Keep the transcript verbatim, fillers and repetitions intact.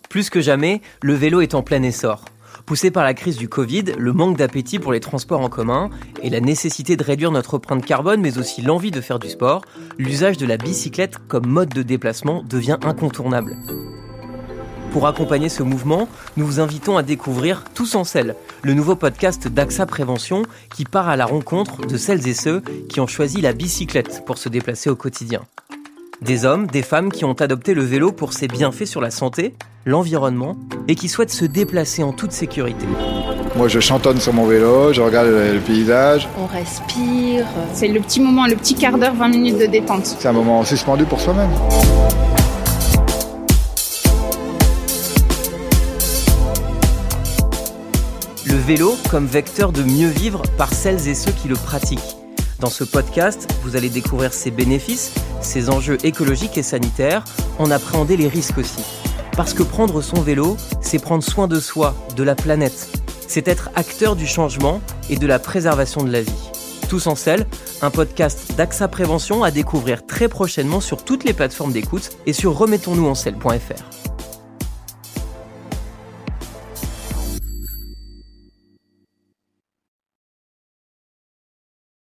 Plus que jamais, le vélo est en plein essor. Poussé par la crise du Covid, le manque d'appétit pour les transports en commun et la nécessité de réduire notre empreinte carbone, mais aussi l'envie de faire du sport, l'usage de la bicyclette comme mode de déplacement devient incontournable. Pour accompagner ce mouvement, nous vous invitons à découvrir Tous en selle, le nouveau podcast d'A X A Prévention qui part à la rencontre de celles et ceux qui ont choisi la bicyclette pour se déplacer au quotidien. Des hommes, des femmes qui ont adopté le vélo pour ses bienfaits sur la santé, l'environnement et qui souhaitent se déplacer en toute sécurité. Moi, je chantonne sur mon vélo, je regarde le, le paysage. On respire. C'est le petit moment, le petit quart d'heure, vingt minutes de détente. C'est un moment suspendu pour soi-même. Le vélo comme vecteur de mieux vivre par celles et ceux qui le pratiquent. Dans ce podcast, vous allez découvrir ses bénéfices, ses enjeux écologiques et sanitaires, en appréhender les risques aussi. Parce que prendre son vélo, c'est prendre soin de soi, de la planète. C'est être acteur du changement et de la préservation de la vie. Tous en selle, un podcast d'A X A Prévention à découvrir très prochainement sur toutes les plateformes d'écoute et sur remettons nous en selle point f r.